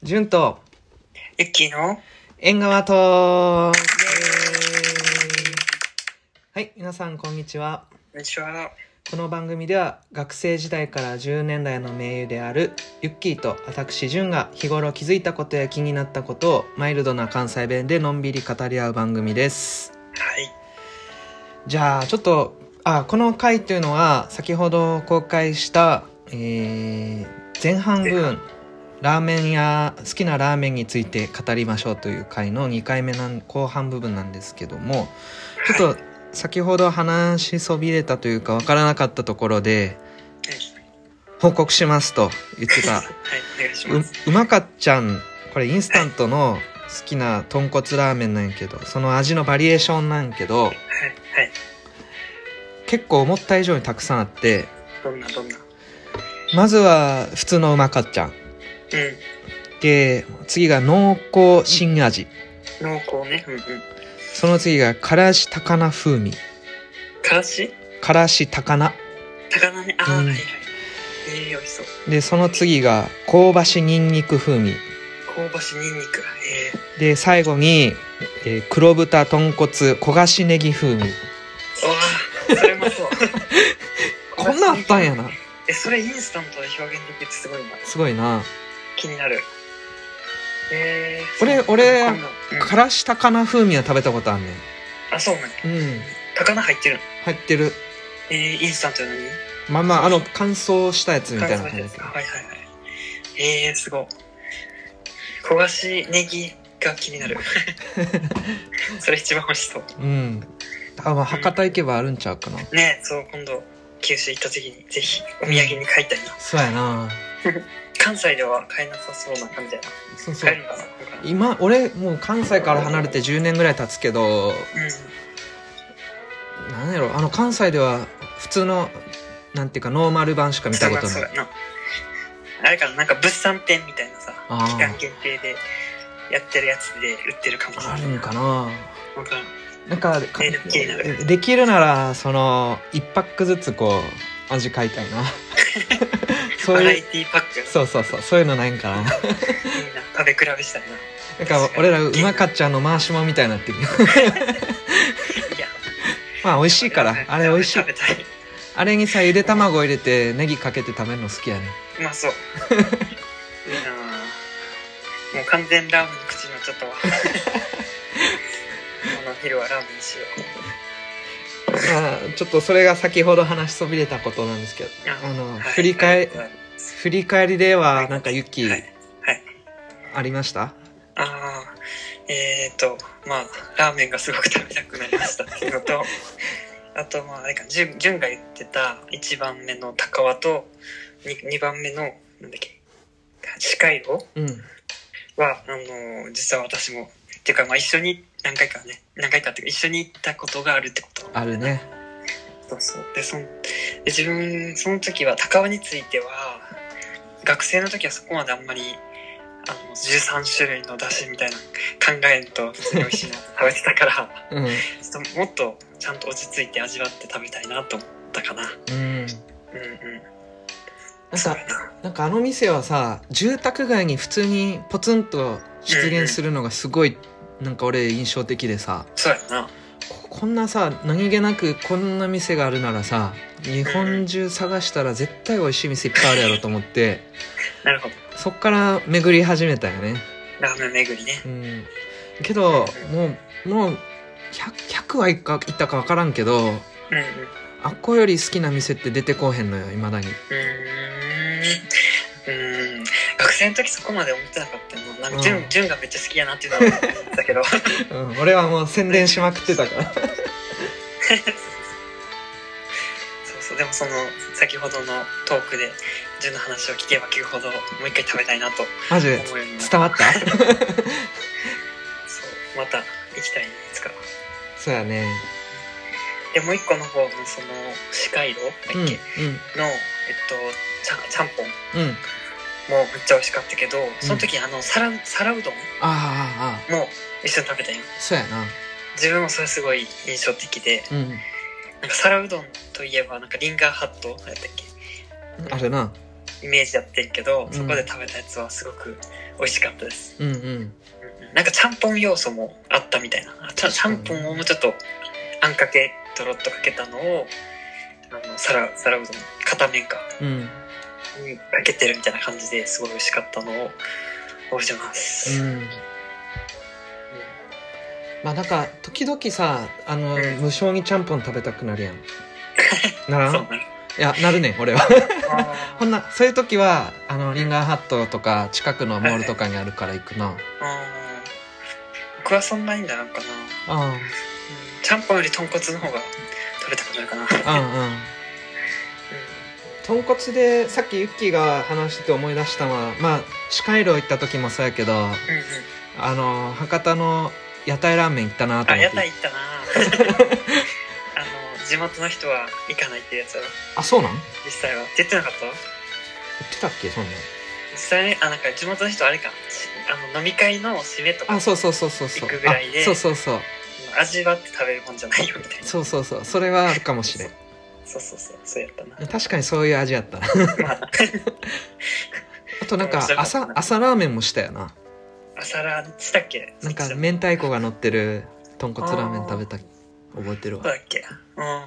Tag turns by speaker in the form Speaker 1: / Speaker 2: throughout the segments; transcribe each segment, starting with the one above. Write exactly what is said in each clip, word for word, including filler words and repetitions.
Speaker 1: 純と
Speaker 2: ユッキーの
Speaker 1: 縁側トーク。はい、皆さんこんにちは。
Speaker 2: こんにちは。
Speaker 1: この番組では学生時代からじゅうねんだいの盟友であるユッキーと私純が日頃気づいたことや気になったことをマイルドな関西弁でのんびり語り合う番組です。
Speaker 2: はい。
Speaker 1: じゃあちょっとあこの回というのは先ほど公開した、えー、前半部分ラーメンや好きなラーメンについて語りましょうという回のにかいめの後半部分なんですけども、ちょっと先ほど話しそびれたというか分からなかったところで報告しますと言ってた
Speaker 2: はい、お願いします。
Speaker 1: う, うまかっちゃん、これインスタントの好きな豚骨ラーメンなんやけど、その味のバリエーションなんやけど、
Speaker 2: はい、はい。
Speaker 1: 結構思った以上にたくさんあって、
Speaker 2: どんなどんな
Speaker 1: まずは普通のうまかっちゃん
Speaker 2: うん。
Speaker 1: で、次が濃厚新味、
Speaker 2: 濃厚ね。うんうん。
Speaker 1: その次がからし高菜風味、
Speaker 2: からし
Speaker 1: からし高菜
Speaker 2: 高菜ね。ああ、
Speaker 1: うん
Speaker 2: はいはい。えー、美味しそう。
Speaker 1: で、その次が香ばしにんにく風味
Speaker 2: 香ばしにんにく。え
Speaker 1: で、最後に、えー黒豚豚骨焦がしネギ風味。
Speaker 2: ー。わあ、それもそう。
Speaker 1: こんなんあったんやな。
Speaker 2: え、それインスタントで表現できるってすごいな。
Speaker 1: すごいな。
Speaker 2: 気になる。えー。
Speaker 1: 俺
Speaker 2: そう
Speaker 1: 俺
Speaker 2: こんなうん
Speaker 1: からし高菜風味は食べたことあんねん。
Speaker 2: あ、そうなんや。
Speaker 1: うん、
Speaker 2: 高菜入ってるの。
Speaker 1: 入ってる。
Speaker 2: えー、インスタントなのに
Speaker 1: まあまあ、あの乾燥したやつみたいな感じです。
Speaker 2: はいはいはい。えー、すごい。焦がしネギが気になる。それ一番欲しそう。
Speaker 1: うん。多分博多行けばあるんちゃうかな。
Speaker 2: ねえ、そう今度九州行った時にぜひお土産に買いたいな。
Speaker 1: そうやな。
Speaker 2: 関西では買えなさそうな感じやな。
Speaker 1: そうそう
Speaker 2: 買え。るのかな。わからん
Speaker 1: 今俺もう関西から離れてじゅうねんぐらい経つけど、
Speaker 2: うん。
Speaker 1: なんやろ、あの関西では普通のなんていうかノーマル版しか見たことない。
Speaker 2: そうやな。あれかな、なんか物産展みたいなさ、
Speaker 1: あー
Speaker 2: 期間限定でやってるやつで売ってるかもしれない。
Speaker 1: あるんかな。
Speaker 2: わからん。
Speaker 1: なんか
Speaker 2: えー気になる
Speaker 1: できるならそのいちパックずつこう味買いたいな。そういう
Speaker 2: バラエティパック。
Speaker 1: そうそうそう、そういうのないんかな。
Speaker 2: いいな、食べ比べしたいな。
Speaker 1: なんか俺らうまかっちゃんの回しもんみたいになってる。
Speaker 2: いや、
Speaker 1: まあ美味しいからあれ美味しい。
Speaker 2: 食べたい。
Speaker 1: あれにさゆで卵入れてネギかけて食べるの好きやね。
Speaker 2: うまそう。いいなぁ。もう完全ラーメンの口になっちゃったわ。この昼はラーメンにしよ
Speaker 1: まあちょっとそれが先ほど話しそびれたことなんですけど、
Speaker 2: う。
Speaker 1: あの、
Speaker 2: はい
Speaker 1: 振り返
Speaker 2: はい
Speaker 1: 振り返りでは
Speaker 2: はい
Speaker 1: なんかユッキー
Speaker 2: はい。はい。
Speaker 1: ありました？
Speaker 2: ああ、えーと、まあ、ラーメンがすごく食べたくなりましたっていうのと、あと、まあ、あれか、じゅん、じゅんが言ってたいちばんめの高輪と 2, にばんめの、なんだっけ、四街道
Speaker 1: うん
Speaker 2: は、あの、実は私も、っていうか、まあ、一緒に何回かね、何回かっていうか、一緒に行ったことがあるってこと。
Speaker 1: あるね。
Speaker 2: そうそう。で、そんで自分、その時は、高輪については、学生の時はそこまであんまり、あの、じゅうさんしゅるいの出汁みたいな考えんと、普通に美味しいな食べてたから、
Speaker 1: うん
Speaker 2: ちょっともっとちゃんと落ち着いて味わって食べたいなと思ったかな。
Speaker 1: うん。
Speaker 2: うんうん。
Speaker 1: なんか
Speaker 2: そうやな。
Speaker 1: なんかあの店はさ、住宅街に普通にポツンと出現するのがすごい、なんか俺印象的でさ、
Speaker 2: そうやな。
Speaker 1: ここんなさ何気なくこんな店があるならさ、日本中探したら絶対美味しい店いっぱいあるやろと思って
Speaker 2: なるほど。
Speaker 1: そっから巡り始めたよね。
Speaker 2: ラーメン巡りね。
Speaker 1: うんけどもうもう ひゃく, ひゃくはいかいったか分からんけど、
Speaker 2: うんうん。
Speaker 1: あっこより好きな店って出てこうへんのよ、未だに。
Speaker 2: うーん。うーん。学生の時そこまで思ってなかったの。なんか、純、純がめっちゃ好きやなっていうのは思ったけど。
Speaker 1: うん、俺はもう宣伝しまくってたから
Speaker 2: そうそう。でもその、先ほどのトークで、純の話を聞けば聞くほど、もう一回食べたいなと
Speaker 1: マジで
Speaker 2: 思うようになった。
Speaker 1: 伝わった
Speaker 2: そう。また行きたいね、いつか。
Speaker 1: そうやね。
Speaker 2: で、もう一個の方のその、四街道だっけ、
Speaker 1: うんうん
Speaker 2: の、えっと、ちゃん、ちゃんぽん
Speaker 1: うん。
Speaker 2: もめっちゃ美味しかったけど、その時、あの、皿、皿うどん
Speaker 1: ああああ
Speaker 2: も一緒に食べたよ。
Speaker 1: そうやな。
Speaker 2: 自分もそれすごい印象的で、
Speaker 1: うん
Speaker 2: なんか皿うどんといえば、なんかリンガーハット、何やったっけ、
Speaker 1: あれな。
Speaker 2: イメージやってるけど、
Speaker 1: うん
Speaker 2: そこで食べたやつはすごく美味しかったです。
Speaker 1: うんうん
Speaker 2: うんなんかちゃんぽん要素もあったみたいな。ちゃちゃんぽんをもうちょっとあんかけとろっとかけたのをあの皿皿うどん片面か
Speaker 1: うん
Speaker 2: にかけてるみたいな感じですごい美味しかったのを覚えてます。
Speaker 1: うん。まあなんか時々さあの、
Speaker 2: うん
Speaker 1: 無性にちゃんぽん食べたくなるやん。ならん？
Speaker 2: そうなる。
Speaker 1: いやなるね俺は。
Speaker 2: あ
Speaker 1: ほんなそういう時はあのリンガーハットとか近くのモールとかにあるから行くな。
Speaker 2: あ僕はそんなにならんかな。
Speaker 1: あ
Speaker 2: うんちゃんぽんより豚骨の方が食べたくなるかな。
Speaker 1: あうんうん。豚骨でさっきユッキーが話してて思い出したのはまあ四街道行った時もそうやけど
Speaker 2: うんうんうん
Speaker 1: あの博多の屋台ラーメン行ったなと
Speaker 2: あ、
Speaker 1: 思って。
Speaker 2: 屋台行ったなあの地元の人は行かないってやつは
Speaker 1: あそうなん？
Speaker 2: 実際は言ってなかった？
Speaker 1: 言ってたっけそんなん？
Speaker 2: 実際ね、あ、なんか地元の人あれかしあの飲み会の締めとか
Speaker 1: あそうそうそうそうそう。
Speaker 2: 行くぐらいで
Speaker 1: あそうそうそう
Speaker 2: 味わって食べるもんじゃないよみたいな。
Speaker 1: そうそうそうそれはあるかもしれん。
Speaker 2: そうそうそうそうやったな。
Speaker 1: 確かにそういう味やったな。
Speaker 2: まあ
Speaker 1: あとなんか
Speaker 2: 面白かった
Speaker 1: 朝
Speaker 2: な
Speaker 1: 朝ラーメンもしたよな。
Speaker 2: 朝ラーしたっけ？
Speaker 1: なんか
Speaker 2: そっちだ
Speaker 1: 明太子が乗ってる豚骨ラーメン食べた覚えてるわ。
Speaker 2: そうだっけ？うん。うん。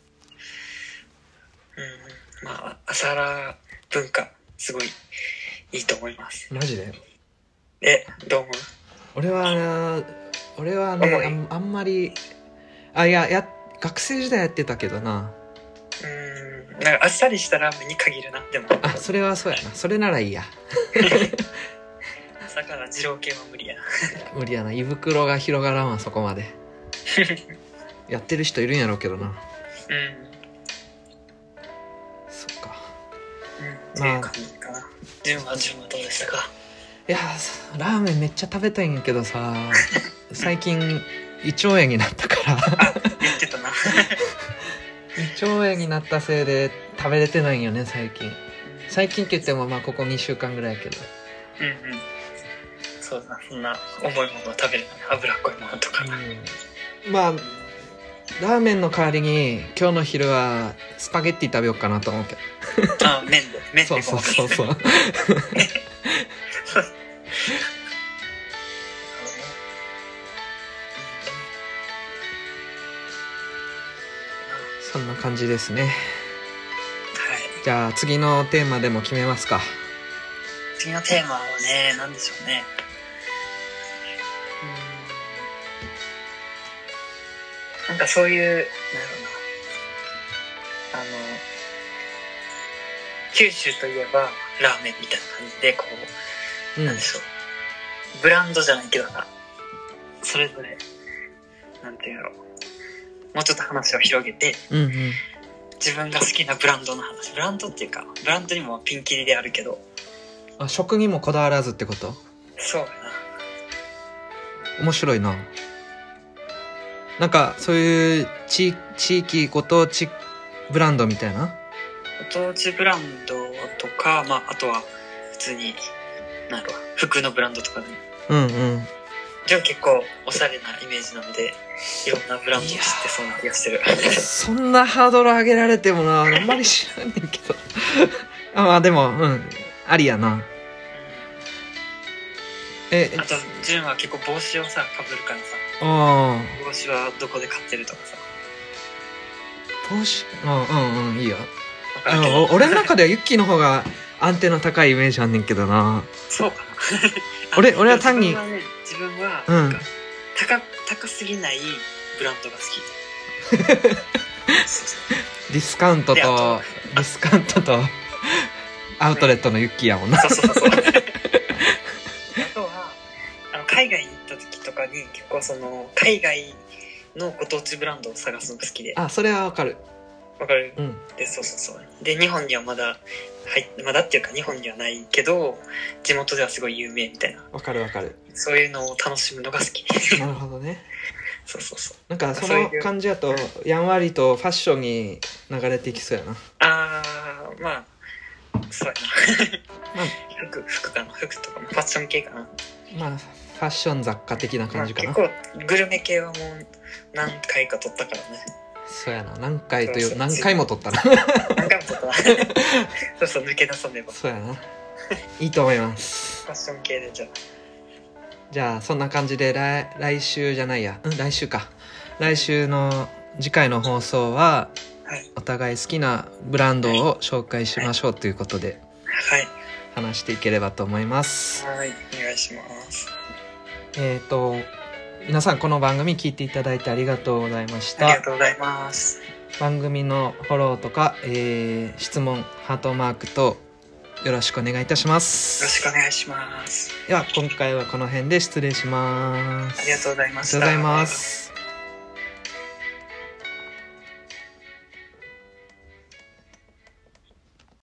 Speaker 2: まあ朝ラー文化すごいいいと思います。
Speaker 1: マジで？
Speaker 2: え、どう思う？
Speaker 1: 俺は俺はね
Speaker 2: 重い
Speaker 1: あんあんまりあいやや学生時代やってたけどな。
Speaker 2: うーん。なんかあっさりしたラーメンに限るなでも。
Speaker 1: あそれはそうやな。それならいいや。
Speaker 2: 朝から二郎系は無理やな。
Speaker 1: 無理やな。胃袋が広がらんわそこまで。やってる人いるんやろうけどな。
Speaker 2: うん。
Speaker 1: そっか。
Speaker 2: うん。っていう感じかな。順は順はどうでしたか？
Speaker 1: いやラーメンめっちゃ食べたいんやけどさ最近胃腸炎になったから
Speaker 2: 言ってたな。
Speaker 1: 胃腸炎になったせいで食べれてないんよね最近。最近って言ってもまあここにしゅうかんぐらいやけど。
Speaker 2: うんうん。そうだ、そんな重いものを食べるの脂っこいものとかな。
Speaker 1: うんまあラーメンの代わりに今日の昼はスパゲッティ食べようかなと思うけど。
Speaker 2: あ、麺で麺で
Speaker 1: そうそうそうそう。そんな感じですね。
Speaker 2: はい。
Speaker 1: じゃあ次のテーマでも決めますか。
Speaker 2: 次のテーマはね、何でしょうね。うーんなんかそういう、なんだろうな。あの、九州といえばラーメンみたいな感じで、こう、
Speaker 1: うん
Speaker 2: なんでしょう。ブランドじゃないけどな。それぞれ、なんていうの。もうちょっと話を広げて、
Speaker 1: うんうん
Speaker 2: 自分が好きなブランドの話。ブランドっていうか、ブランドにもピンキリであるけど、
Speaker 1: あ食にもこだわらずってこと？
Speaker 2: そうやな。
Speaker 1: 面白いな。なんかそういう地地域ご当地ブランドみたいな。
Speaker 2: ご当地ブランドとか、まあ、あとは普通になんだろう服のブランドとかでも
Speaker 1: うんうん
Speaker 2: じゃあ結構おしゃれなイメージなのでいろんなブランドを知ってそうな気がしてる。
Speaker 1: そんなハードル上げられてもなあんまり知らんねんけどあまあでもうんありやな。え
Speaker 2: あと純は結構帽子をさかぶるからさ
Speaker 1: あ
Speaker 2: 帽子はどこで買ってるとかさ
Speaker 1: 帽子うんうんうんいいよ。あ
Speaker 2: 分かるけど
Speaker 1: の俺の中ではユッキーの方がアンテナ高いイメージあんねんけどな。
Speaker 2: そうかな
Speaker 1: 俺俺は単に
Speaker 2: 自分はね自分は
Speaker 1: うん
Speaker 2: なんか高高すぎないブランドが好きそうそう
Speaker 1: ディスカウントと
Speaker 2: であと
Speaker 1: ディスカウントとアウトレットのユッキーやもんな。
Speaker 2: そうそうそうそうあとはあの海外に行った時とかに結構その海外のご当地ブランドを探すのが好きで
Speaker 1: あそれはわかる。
Speaker 2: わかる、
Speaker 1: うん、
Speaker 2: でそうそうそうで日本にはまだはいまだっていうか日本にはないけど地元ではすごい有名みたいな
Speaker 1: わかるわかる。
Speaker 2: そういうのを楽しむのが好き
Speaker 1: なるほどね。
Speaker 2: そうそうそう
Speaker 1: なんかその感じだとやんわりとファッションに流れていきそうやな。
Speaker 2: あーまあそうや
Speaker 1: まあ
Speaker 2: な服服かな服とかもファッション系かな
Speaker 1: まあファッション雑貨的な感じかな、
Speaker 2: まあ、結構グルメ系はもう何回か撮ったからね。
Speaker 1: そうやな、何回という
Speaker 2: そうそう
Speaker 1: 何回も撮ったな
Speaker 2: 何回も撮ったなそうそう、抜け出さねば。フ
Speaker 1: そうやないいと思います。
Speaker 2: ァッション系でじゃあ。
Speaker 1: じゃあそんな感じで来来週じゃないや、うん来週か来週の次回の放送は
Speaker 2: はい。
Speaker 1: お互い好きなブランドを紹介しましょうということで
Speaker 2: はい。
Speaker 1: 話していければと思います。
Speaker 2: はい。お願いします。
Speaker 1: えっ、と皆さんこの番組聞いていただいてありがとうございまし
Speaker 2: ありが
Speaker 1: た。
Speaker 2: とうございます。
Speaker 1: 番組のフォローとか、えー質問ハートマークとよろしくお願いいたしま
Speaker 2: よろ
Speaker 1: す。
Speaker 2: しくお願いします。
Speaker 1: では今回はこの辺で失礼します。
Speaker 2: ありがとうございました。
Speaker 1: ありがとうございます。